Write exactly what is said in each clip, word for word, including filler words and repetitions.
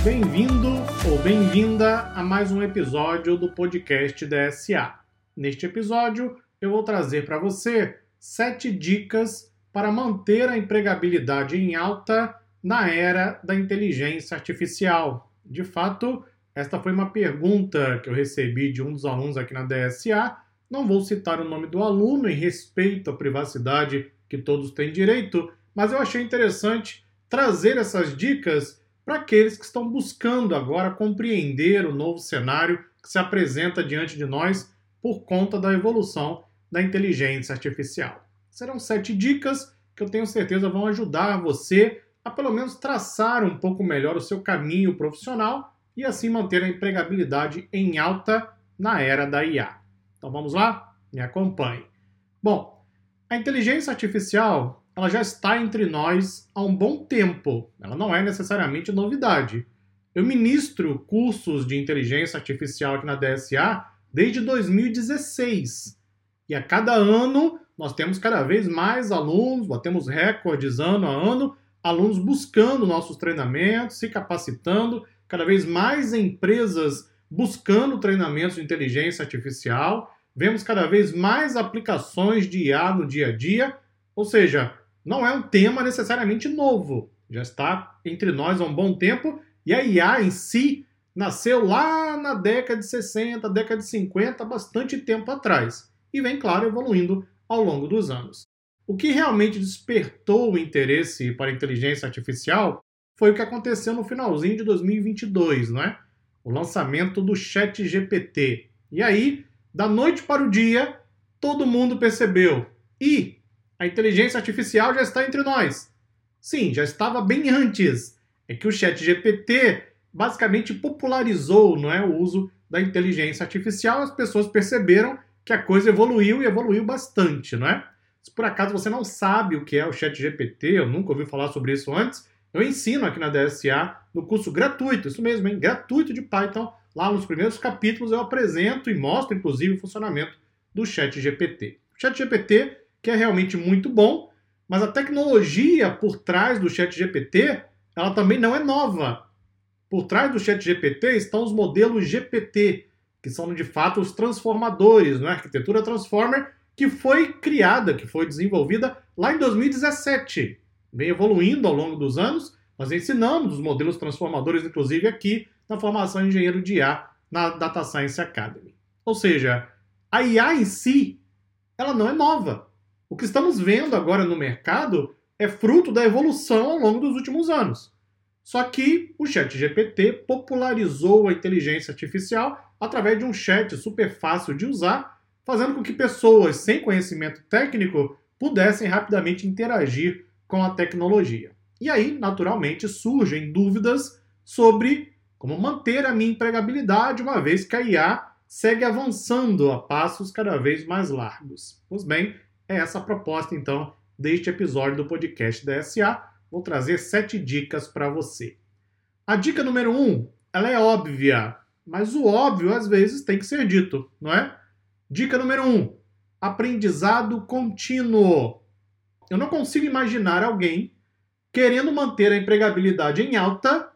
Bem-vindo ou bem-vinda a mais um episódio do podcast D S A. Neste episódio, eu vou trazer para você sete dicas para manter a empregabilidade em alta na era da inteligência artificial. De fato, esta foi uma pergunta que eu recebi de um dos alunos aqui na D S A. Não vou citar o nome do aluno em respeito à privacidade que todos têm direito, mas eu achei interessante trazer essas dicas para aqueles que estão buscando agora compreender o novo cenário que se apresenta diante de nós por conta da evolução da inteligência artificial. Serão sete dicas que eu tenho certeza vão ajudar você a pelo menos traçar um pouco melhor o seu caminho profissional e assim manter a empregabilidade em alta na era da I A. Então vamos lá? Me acompanhe. Bom, a inteligência artificial ela já está entre nós há um bom tempo. Ela não é necessariamente novidade. Eu ministro cursos de inteligência artificial aqui na D S A desde dois mil e dezesseis. E a cada ano nós temos cada vez mais alunos, batemos recordes ano a ano, alunos buscando nossos treinamentos, se capacitando, cada vez mais empresas buscando treinamentos de inteligência artificial. Vemos cada vez mais aplicações de I A no dia a dia, ou seja, não é um tema necessariamente novo. Já está entre nós há um bom tempo e a I A em si nasceu lá na década de sessenta, década de cinquenta, bastante tempo atrás. E vem, claro, evoluindo ao longo dos anos. O que realmente despertou o interesse para a inteligência artificial foi o que aconteceu no finalzinho de dois mil e vinte e dois, não é? O lançamento do ChatGPT. E aí, da noite para o dia, todo mundo percebeu. E a inteligência artificial já está entre nós. Sim, já estava bem antes. É que o ChatGPT basicamente popularizou, não é, o uso da inteligência artificial. As pessoas perceberam que a coisa evoluiu e evoluiu bastante, não é? Se por acaso você não sabe o que é o ChatGPT, eu nunca ouvi falar sobre isso antes, eu ensino aqui na D S A no curso gratuito, isso mesmo, hein? Gratuito de Python. Lá nos primeiros capítulos eu apresento e mostro, inclusive, o funcionamento do ChatGPT. O ChatGPT que é realmente muito bom, mas a tecnologia por trás do ChatGPT, ela também não é nova. Por trás do ChatGPT estão os modelos G P T, que são de fato os transformadores, não é? A arquitetura Transformer, que foi criada, que foi desenvolvida lá em dois mil e dezessete. Vem evoluindo ao longo dos anos, nós ensinamos os modelos transformadores, inclusive aqui na formação de engenheiro de I A na Data Science Academy. Ou seja, a I A em si, ela não é nova. O que estamos vendo agora no mercado é fruto da evolução ao longo dos últimos anos. Só que o ChatGPT popularizou a inteligência artificial através de um chat super fácil de usar, fazendo com que pessoas sem conhecimento técnico pudessem rapidamente interagir com a tecnologia. E aí, naturalmente, surgem dúvidas sobre como manter a minha empregabilidade, uma vez que a I A segue avançando a passos cada vez mais largos. Pois bem, é essa a proposta, então, deste episódio do podcast D S A. Vou trazer sete dicas para você. A dica número um, ela é óbvia, mas o óbvio, às vezes, tem que ser dito, não é? Dica número um, aprendizado contínuo. Eu não consigo imaginar alguém querendo manter a empregabilidade em alta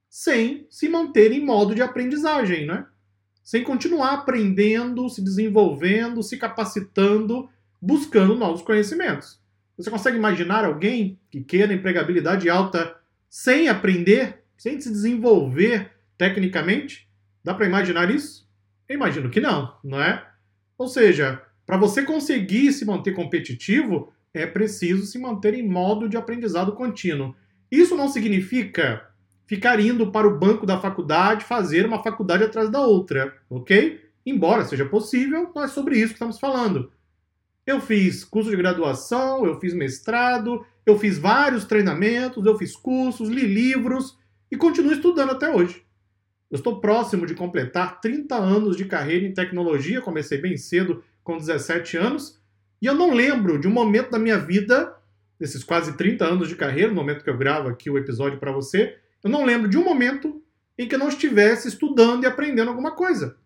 sem se manter em modo de aprendizagem, não é? Sem continuar aprendendo, se desenvolvendo, se capacitando, buscando novos conhecimentos. Você consegue imaginar alguém que queira empregabilidade alta sem aprender, sem se desenvolver tecnicamente? Dá para imaginar isso? Eu imagino que não, não é? Ou seja, para você conseguir se manter competitivo, é preciso se manter em modo de aprendizado contínuo. Isso não significa ficar indo para o banco da faculdade, fazer uma faculdade atrás da outra, ok? Embora seja possível, não é sobre isso que estamos falando. Eu fiz curso de graduação, eu fiz mestrado, eu fiz vários treinamentos, eu fiz cursos, li livros e continuo estudando até hoje. Eu estou próximo de completar trinta anos de carreira em tecnologia, comecei bem cedo, com dezessete anos, e eu não lembro de um momento da minha vida, desses quase trinta anos de carreira, no momento que eu gravo aqui o episódio para você, eu não lembro de um momento em que eu não estivesse estudando e aprendendo alguma coisa.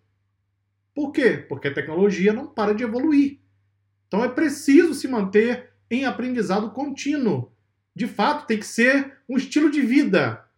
Por quê? Porque a tecnologia não para de evoluir. Então é preciso se manter em aprendizado contínuo. De fato, tem que ser um estilo de vida.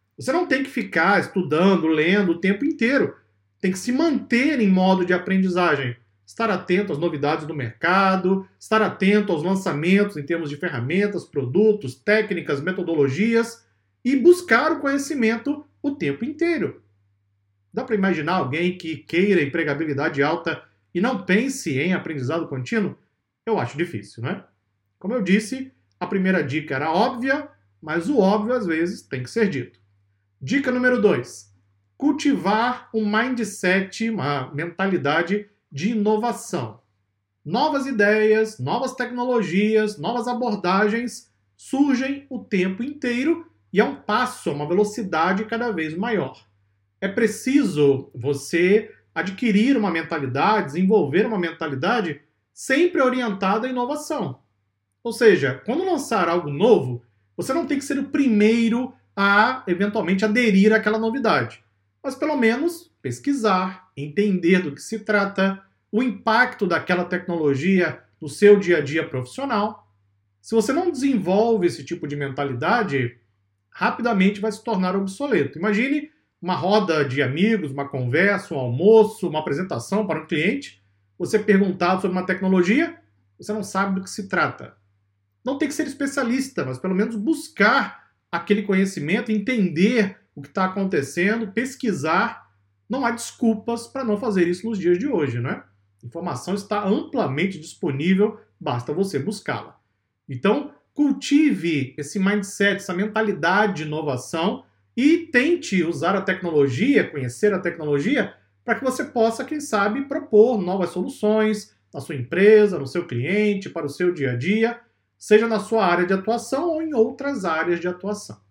Você não tem que ficar estudando, lendo o tempo inteiro. Tem que se manter em modo de aprendizagem. Estar atento às novidades do mercado, estar atento aos lançamentos em termos de ferramentas, produtos, técnicas, metodologias e buscar o conhecimento o tempo inteiro. Dá para imaginar alguém que queira empregabilidade alta e não pense em aprendizado contínuo? Eu acho difícil, né? Como eu disse, a primeira dica era óbvia, mas o óbvio às vezes tem que ser dito. Dica número dois. Cultivar um mindset, uma mentalidade de inovação. Novas ideias, novas tecnologias, novas abordagens surgem o tempo inteiro e é um passo, uma velocidade cada vez maior. É preciso você adquirir uma mentalidade, desenvolver uma mentalidade sempre orientada à inovação. Ou seja, quando lançar algo novo, você não tem que ser o primeiro a, eventualmente, aderir àquela novidade. Mas, pelo menos, pesquisar, entender do que se trata, o impacto daquela tecnologia no seu dia a dia profissional. Se você não desenvolve esse tipo de mentalidade, rapidamente vai se tornar obsoleto. Imagine uma roda de amigos, uma conversa, um almoço, uma apresentação para um cliente, você perguntado sobre uma tecnologia, você não sabe do que se trata. Não tem que ser especialista, mas pelo menos buscar aquele conhecimento, entender o que está acontecendo, pesquisar. Não há desculpas para não fazer isso nos dias de hoje, não é? A informação está amplamente disponível, basta você buscá-la. Então, cultive esse mindset, essa mentalidade de inovação e tente usar a tecnologia, conhecer a tecnologia, para que você possa, quem sabe, propor novas soluções na sua empresa, no seu cliente, para o seu dia a dia, seja na sua área de atuação ou em outras áreas de atuação.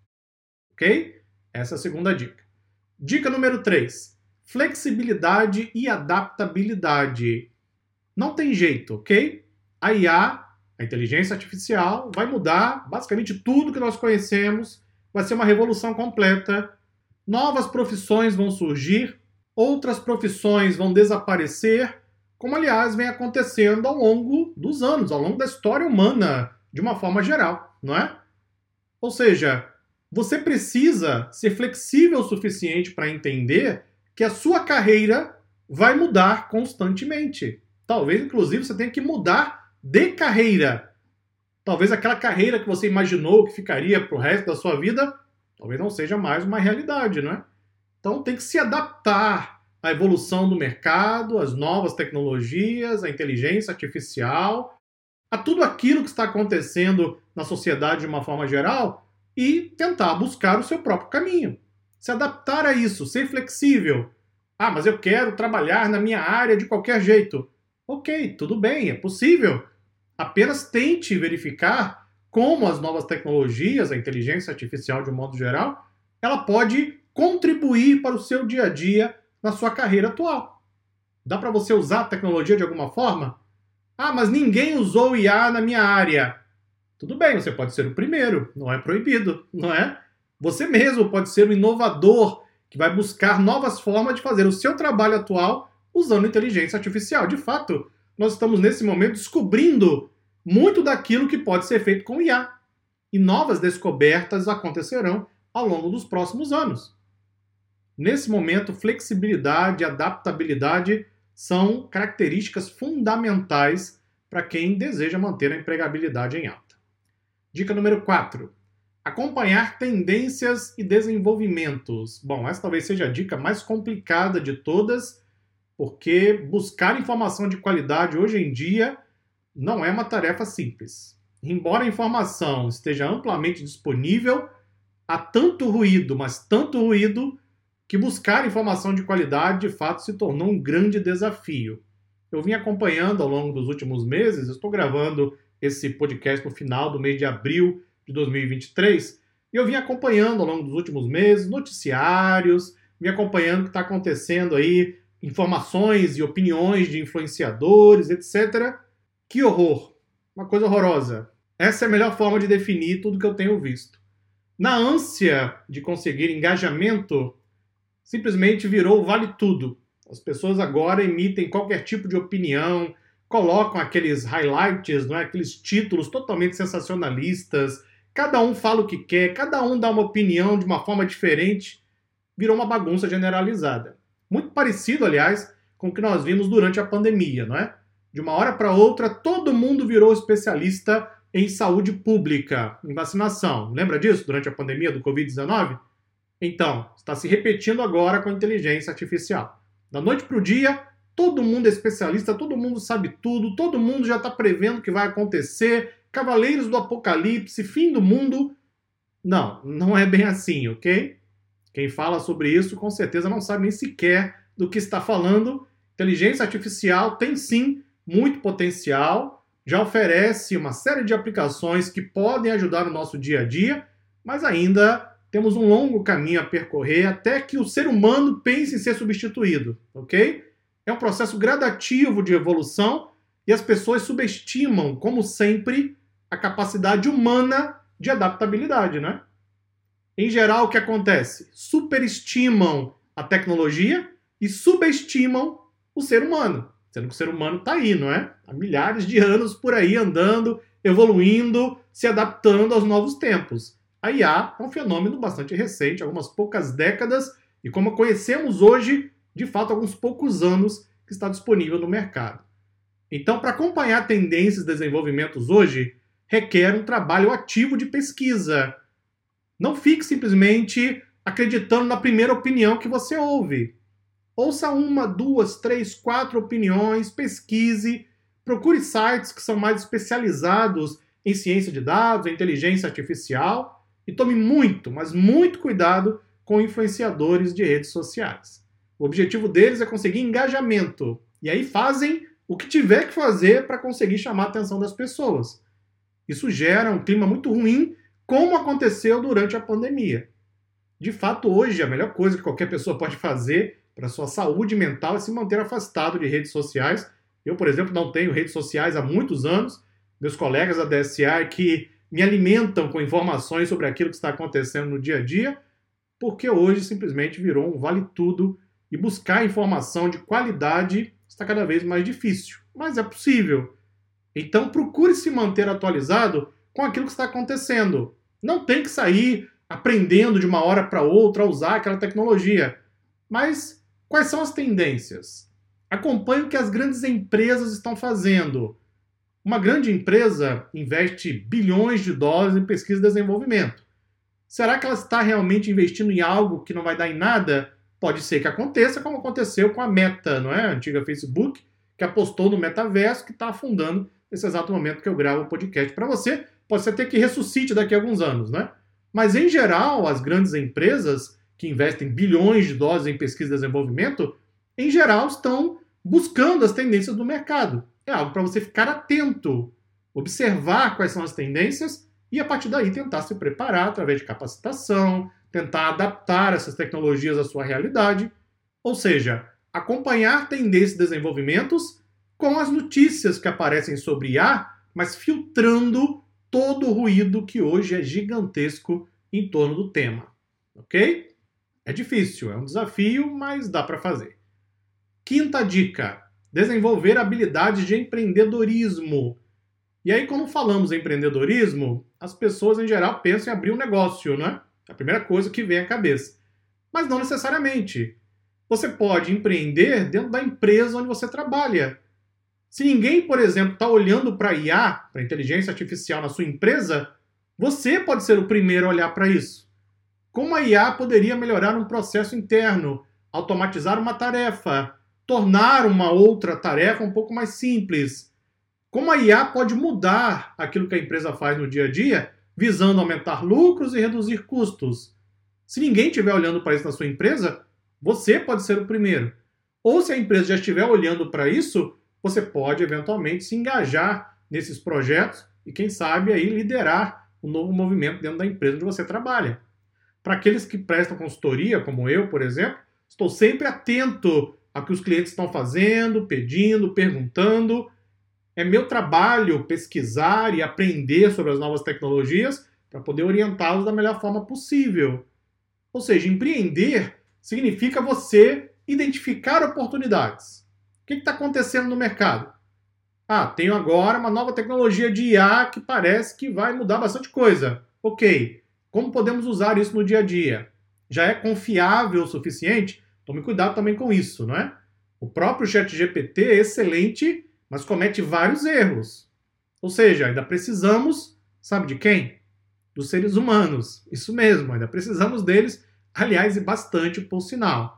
Ok? Essa é a segunda dica. Dica número três. Flexibilidade e adaptabilidade. Não tem jeito, ok? A I A, a inteligência artificial, vai mudar basicamente tudo que nós conhecemos, vai ser uma revolução completa, novas profissões vão surgir, outras profissões vão desaparecer, como aliás vem acontecendo ao longo dos anos, ao longo da história humana, de uma forma geral, não é? Ou seja, você precisa ser flexível o suficiente para entender que a sua carreira vai mudar constantemente. Talvez, inclusive, você tenha que mudar de carreira. Talvez aquela carreira que você imaginou que ficaria para o resto da sua vida, talvez não seja mais uma realidade, não é? Então tem que se adaptar à evolução do mercado, às novas tecnologias, à inteligência artificial, a tudo aquilo que está acontecendo na sociedade de uma forma geral e tentar buscar o seu próprio caminho. Se adaptar a isso, ser flexível. Ah, mas eu quero trabalhar na minha área de qualquer jeito. Ok, tudo bem, é possível. Apenas tente verificar como as novas tecnologias, a inteligência artificial de um modo geral, ela pode contribuir para o seu dia a dia na sua carreira atual. Dá para você usar a tecnologia de alguma forma? Ah, mas ninguém usou I A na minha área. Tudo bem, você pode ser o primeiro, não é proibido, não é? Você mesmo pode ser o inovador que vai buscar novas formas de fazer o seu trabalho atual usando inteligência artificial. De fato, nós estamos nesse momento descobrindo muito daquilo que pode ser feito com I A. E novas descobertas acontecerão ao longo dos próximos anos. Nesse momento, flexibilidade e adaptabilidade são características fundamentais para quem deseja manter a empregabilidade em alta. Dica número quatro. Acompanhar tendências e desenvolvimentos. Bom, essa talvez seja a dica mais complicada de todas, porque buscar informação de qualidade hoje em dia não é uma tarefa simples. Embora a informação esteja amplamente disponível, há tanto ruído, mas tanto ruído, que buscar informação de qualidade de fato se tornou um grande desafio. Eu vim acompanhando ao longo dos últimos meses, estou gravando esse podcast no final do mês de abril de dois mil e vinte e três, e eu vim acompanhando ao longo dos últimos meses noticiários, vim acompanhando o que está acontecendo aí, informações e opiniões de influenciadores, etcétera. Que horror! Uma coisa horrorosa. Essa é a melhor forma de definir tudo que eu tenho visto. Na ânsia de conseguir engajamento, simplesmente virou vale tudo. As pessoas agora emitem qualquer tipo de opinião, colocam aqueles highlights, não é? Aqueles títulos totalmente sensacionalistas, cada um fala o que quer, cada um dá uma opinião de uma forma diferente, virou uma bagunça generalizada. Muito parecido, aliás, com o que nós vimos durante a pandemia, não é? De uma hora para outra, todo mundo virou especialista em saúde pública, em vacinação. Lembra disso durante a pandemia do covid dezenove? Então, está se repetindo agora com a inteligência artificial. Da noite para o dia, todo mundo é especialista, todo mundo sabe tudo, todo mundo já está prevendo o que vai acontecer, cavaleiros do apocalipse, fim do mundo. Não, não é bem assim, ok? Quem fala sobre isso com certeza não sabe nem sequer do que está falando. Inteligência artificial tem sim muito potencial, já oferece uma série de aplicações que podem ajudar no nosso dia a dia, mas ainda temos um longo caminho a percorrer até que o ser humano pense em ser substituído, ok? É um processo gradativo de evolução e as pessoas subestimam, como sempre, a capacidade humana de adaptabilidade, né? Em geral, o que acontece? Superestimam a tecnologia e subestimam o ser humano. Sendo que o ser humano está aí, não é? Há milhares de anos por aí andando, evoluindo, se adaptando aos novos tempos. A I A é um fenômeno bastante recente, algumas poucas décadas, e como conhecemos hoje, de fato, alguns poucos anos que está disponível no mercado. Então, para acompanhar tendências e desenvolvimentos hoje, requer um trabalho ativo de pesquisa. Não fique simplesmente acreditando na primeira opinião que você ouve. Ouça uma, duas, três, quatro opiniões, pesquise, procure sites que são mais especializados em ciência de dados, em inteligência artificial e tome muito, mas muito cuidado com influenciadores de redes sociais. O objetivo deles é conseguir engajamento e aí fazem o que tiver que fazer para conseguir chamar a atenção das pessoas. Isso gera um clima muito ruim, como aconteceu durante a pandemia. De fato, hoje, a melhor coisa que qualquer pessoa pode fazer para a sua saúde mental é se manter afastado de redes sociais. Eu, por exemplo, não tenho redes sociais há muitos anos. Meus colegas da D S A que me alimentam com informações sobre aquilo que está acontecendo no dia a dia, porque hoje simplesmente virou um vale-tudo e buscar informação de qualidade está cada vez mais difícil. Mas é possível. Então procure se manter atualizado com aquilo que está acontecendo. Não tem que sair aprendendo de uma hora para outra a usar aquela tecnologia. Mas quais são as tendências? Acompanhe o que as grandes empresas estão fazendo. Uma grande empresa investe bilhões de dólares em pesquisa e desenvolvimento. Será que ela está realmente investindo em algo que não vai dar em nada? Pode ser que aconteça, como aconteceu com a Meta, não é? A antiga Facebook, que apostou no metaverso, que está afundando nesse exato momento que eu gravo o podcast para você. Pode ser até que ressuscite daqui a alguns anos, né? Mas, em geral, as grandes empresas que investem bilhões de dólares em pesquisa e desenvolvimento, em geral, estão buscando as tendências do mercado. É algo para você ficar atento, observar quais são as tendências e, a partir daí, tentar se preparar através de capacitação, tentar adaptar essas tecnologias à sua realidade. Ou seja, acompanhar tendências e desenvolvimentos com as notícias que aparecem sobre I A, mas filtrando todo o ruído que hoje é gigantesco em torno do tema. Ok? É difícil, é um desafio, mas dá para fazer. Quinta dica: desenvolver habilidades de empreendedorismo. E aí, quando falamos em empreendedorismo, as pessoas em geral pensam em abrir um negócio, né? É a primeira coisa que vem à cabeça. Mas não necessariamente. Você pode empreender dentro da empresa onde você trabalha. Se ninguém, por exemplo, está olhando para a I A, para a inteligência artificial na sua empresa, você pode ser o primeiro a olhar para isso. Como a I A poderia melhorar um processo interno, automatizar uma tarefa, tornar uma outra tarefa um pouco mais simples? Como a I A pode mudar aquilo que a empresa faz no dia a dia, visando aumentar lucros e reduzir custos? Se ninguém estiver olhando para isso na sua empresa, você pode ser o primeiro. Ou se a empresa já estiver olhando para isso, você pode eventualmente se engajar nesses projetos e, quem sabe, aí liderar um novo movimento dentro da empresa onde você trabalha. Para aqueles que prestam consultoria, como eu, por exemplo, estou sempre atento ao que os clientes estão fazendo, pedindo, perguntando. É meu trabalho pesquisar e aprender sobre as novas tecnologias para poder orientá-los da melhor forma possível. Ou seja, empreender significa você identificar oportunidades. O que está acontecendo no mercado? Ah, tenho agora uma nova tecnologia de I A que parece que vai mudar bastante coisa. Ok, como podemos usar isso no dia a dia? Já é confiável o suficiente? Tome cuidado também com isso, não é? O próprio ChatGPT é excelente, mas comete vários erros. Ou seja, ainda precisamos, sabe de quem? Dos seres humanos. Isso mesmo, ainda precisamos deles, aliás, e bastante, por sinal.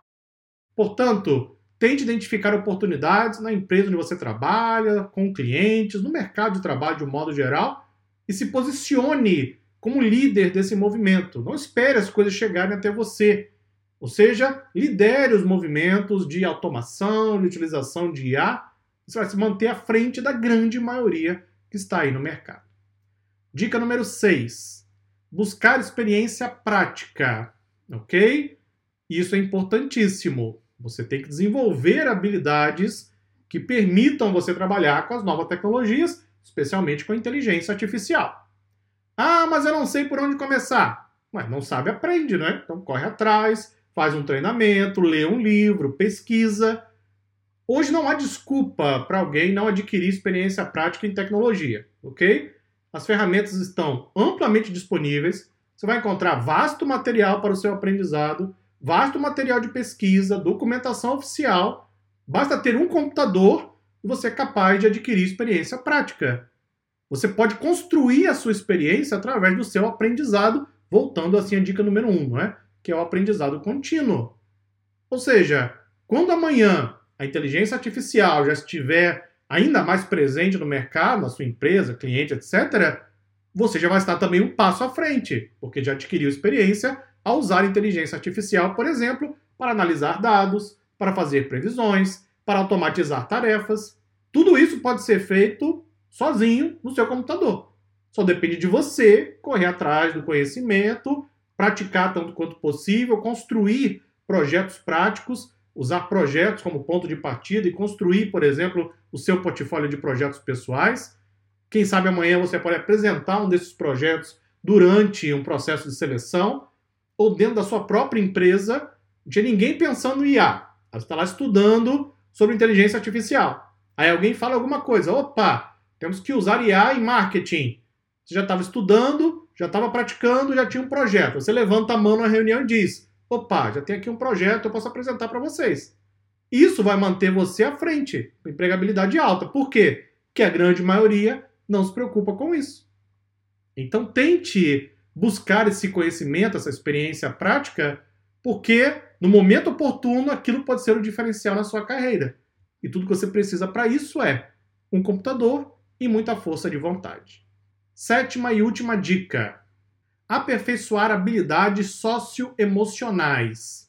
Portanto, tente identificar oportunidades na empresa onde você trabalha, com clientes, no mercado de trabalho de um modo geral, e se posicione como líder desse movimento. Não espere as coisas chegarem até você. Ou seja, lidere os movimentos de automação, de utilização de I A. Você vai se manter à frente da grande maioria que está aí no mercado. Dica número seis. Buscar experiência prática. Ok? Isso é importantíssimo. Você tem que desenvolver habilidades que permitam você trabalhar com as novas tecnologias, especialmente com a inteligência artificial. Ah, mas eu não sei por onde começar. Mas não sabe, aprende, né? Então corre atrás, faz um treinamento, lê um livro, pesquisa. Hoje não há desculpa para alguém não adquirir experiência prática em tecnologia, ok? As ferramentas estão amplamente disponíveis. Você vai encontrar vasto material para o seu aprendizado, vasto material de pesquisa, documentação oficial. Basta ter um computador e você é capaz de adquirir experiência prática. Você pode construir a sua experiência através do seu aprendizado, voltando assim à dica número um, não é? Que é o aprendizado contínuo. Ou seja, quando amanhã a inteligência artificial já estiver ainda mais presente no mercado, na sua empresa, cliente, etcétera, você já vai estar também um passo à frente, porque já adquiriu experiência a usar a inteligência artificial, por exemplo, para analisar dados, para fazer previsões, para automatizar tarefas. Tudo isso pode ser feito sozinho no seu computador. Só depende de você correr atrás do conhecimento, praticar tanto quanto possível, construir projetos práticos, usar projetos como ponto de partida e construir, por exemplo, o seu portfólio de projetos pessoais. Quem sabe amanhã você pode apresentar um desses projetos durante um processo de seleção ou dentro da sua própria empresa. Não tinha ninguém pensando no I A. Você está lá estudando sobre inteligência artificial. Aí alguém fala alguma coisa. Opa, temos que usar I A em marketing. Você já estava estudando, já estava praticando, já tinha um projeto. Você levanta a mão na reunião e diz: opa, já tem aqui um projeto, eu posso apresentar para vocês. Isso vai manter você à frente, com empregabilidade alta. Por quê? Porque a grande maioria não se preocupa com isso. Então tente buscar esse conhecimento, essa experiência prática, porque no momento oportuno aquilo pode ser o diferencial na sua carreira. E tudo que você precisa para isso é um computador e muita força de vontade. Sétima e última dica: aperfeiçoar habilidades socioemocionais.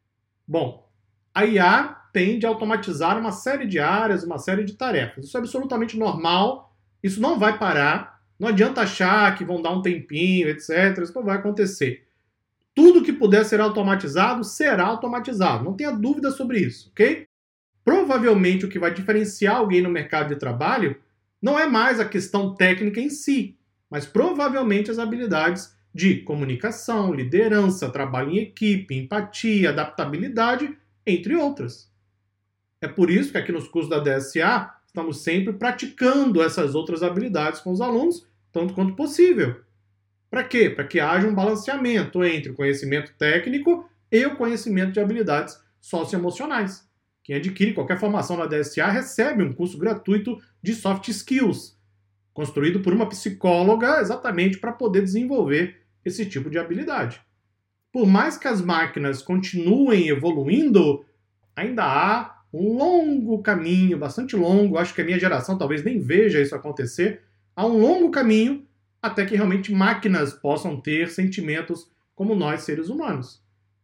Bom, a I A tende a automatizar uma série de áreas, uma série de tarefas. Isso é absolutamente normal, isso não vai parar, não adianta achar que vão dar um tempinho, etcétera. Isso não vai acontecer. Tudo que puder ser automatizado, será automatizado. Não tenha dúvida sobre isso, ok? Provavelmente o que vai diferenciar alguém no mercado de trabalho não é mais a questão técnica em si, mas provavelmente as habilidades de comunicação, liderança, trabalho em equipe, empatia, adaptabilidade, entre outras. É por isso que aqui nos cursos da D S A estamos sempre praticando essas outras habilidades com os alunos, tanto quanto possível. Para quê? Para que haja um balanceamento entre o conhecimento técnico e o conhecimento de habilidades socioemocionais. Quem adquire qualquer formação na D S A recebe um curso gratuito de soft skills, construído por uma psicóloga exatamente para poder desenvolver esse tipo de habilidade. Por mais que as máquinas continuem evoluindo, ainda há um longo caminho, bastante longo, acho que a minha geração talvez nem veja isso acontecer, há um longo caminho até que realmente máquinas possam ter sentimentos como nós, seres humanos.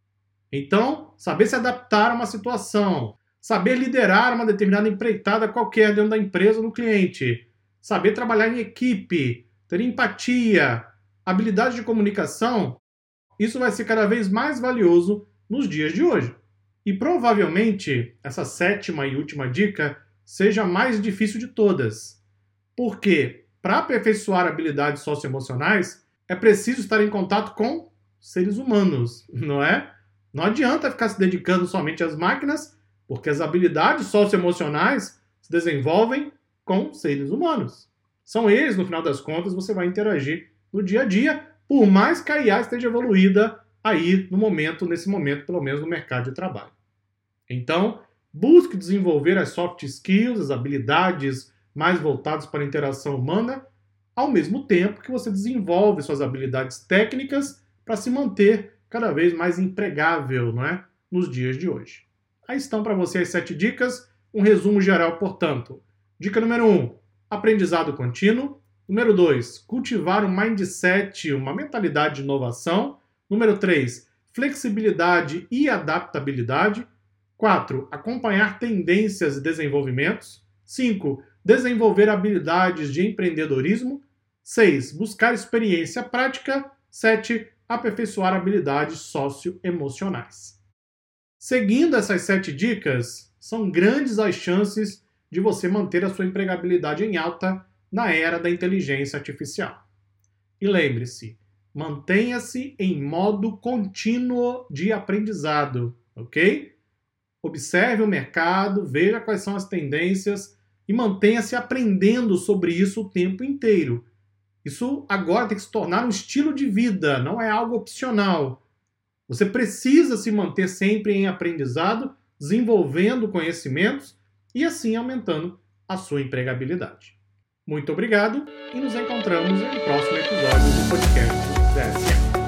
Então, saber se adaptar a uma situação, saber liderar uma determinada empreitada qualquer dentro da empresa ou do cliente, saber trabalhar em equipe, ter empatia, habilidade de comunicação, isso vai ser cada vez mais valioso nos dias de hoje. E provavelmente essa sétima e última dica seja a mais difícil de todas. Porque para aperfeiçoar habilidades socioemocionais é preciso estar em contato com seres humanos, não é? Não adianta ficar se dedicando somente às máquinas, porque as habilidades socioemocionais se desenvolvem com seres humanos. São eles, no final das contas, você vai interagir no dia a dia, Por mais que a I A esteja evoluída aí no momento, nesse momento, pelo menos no mercado de trabalho. Então, busque desenvolver as soft skills, as habilidades mais voltadas para a interação humana, ao mesmo tempo que você desenvolve suas habilidades técnicas para se manter cada vez mais empregável, não é? Nos dias de hoje. Aí estão para você as sete dicas, um resumo geral, portanto. Dica número um, aprendizado contínuo. Número dois, cultivar um mindset, uma mentalidade de inovação. Número três, flexibilidade e adaptabilidade. quatro. Acompanhar tendências e desenvolvimentos. cinco. Desenvolver habilidades de empreendedorismo. seis. Buscar experiência prática. sete. Aperfeiçoar habilidades socioemocionais. Seguindo essas sete dicas, são grandes as chances de você manter a sua empregabilidade em alta na era da inteligência artificial. E lembre-se, mantenha-se em modo contínuo de aprendizado, ok? Observe o mercado, veja quais são as tendências e mantenha-se aprendendo sobre isso o tempo inteiro. Isso agora tem que se tornar um estilo de vida, não é algo opcional. Você precisa se manter sempre em aprendizado, desenvolvendo conhecimentos e assim aumentando a sua empregabilidade. Muito obrigado e nos encontramos em um próximo episódio do podcast D S A.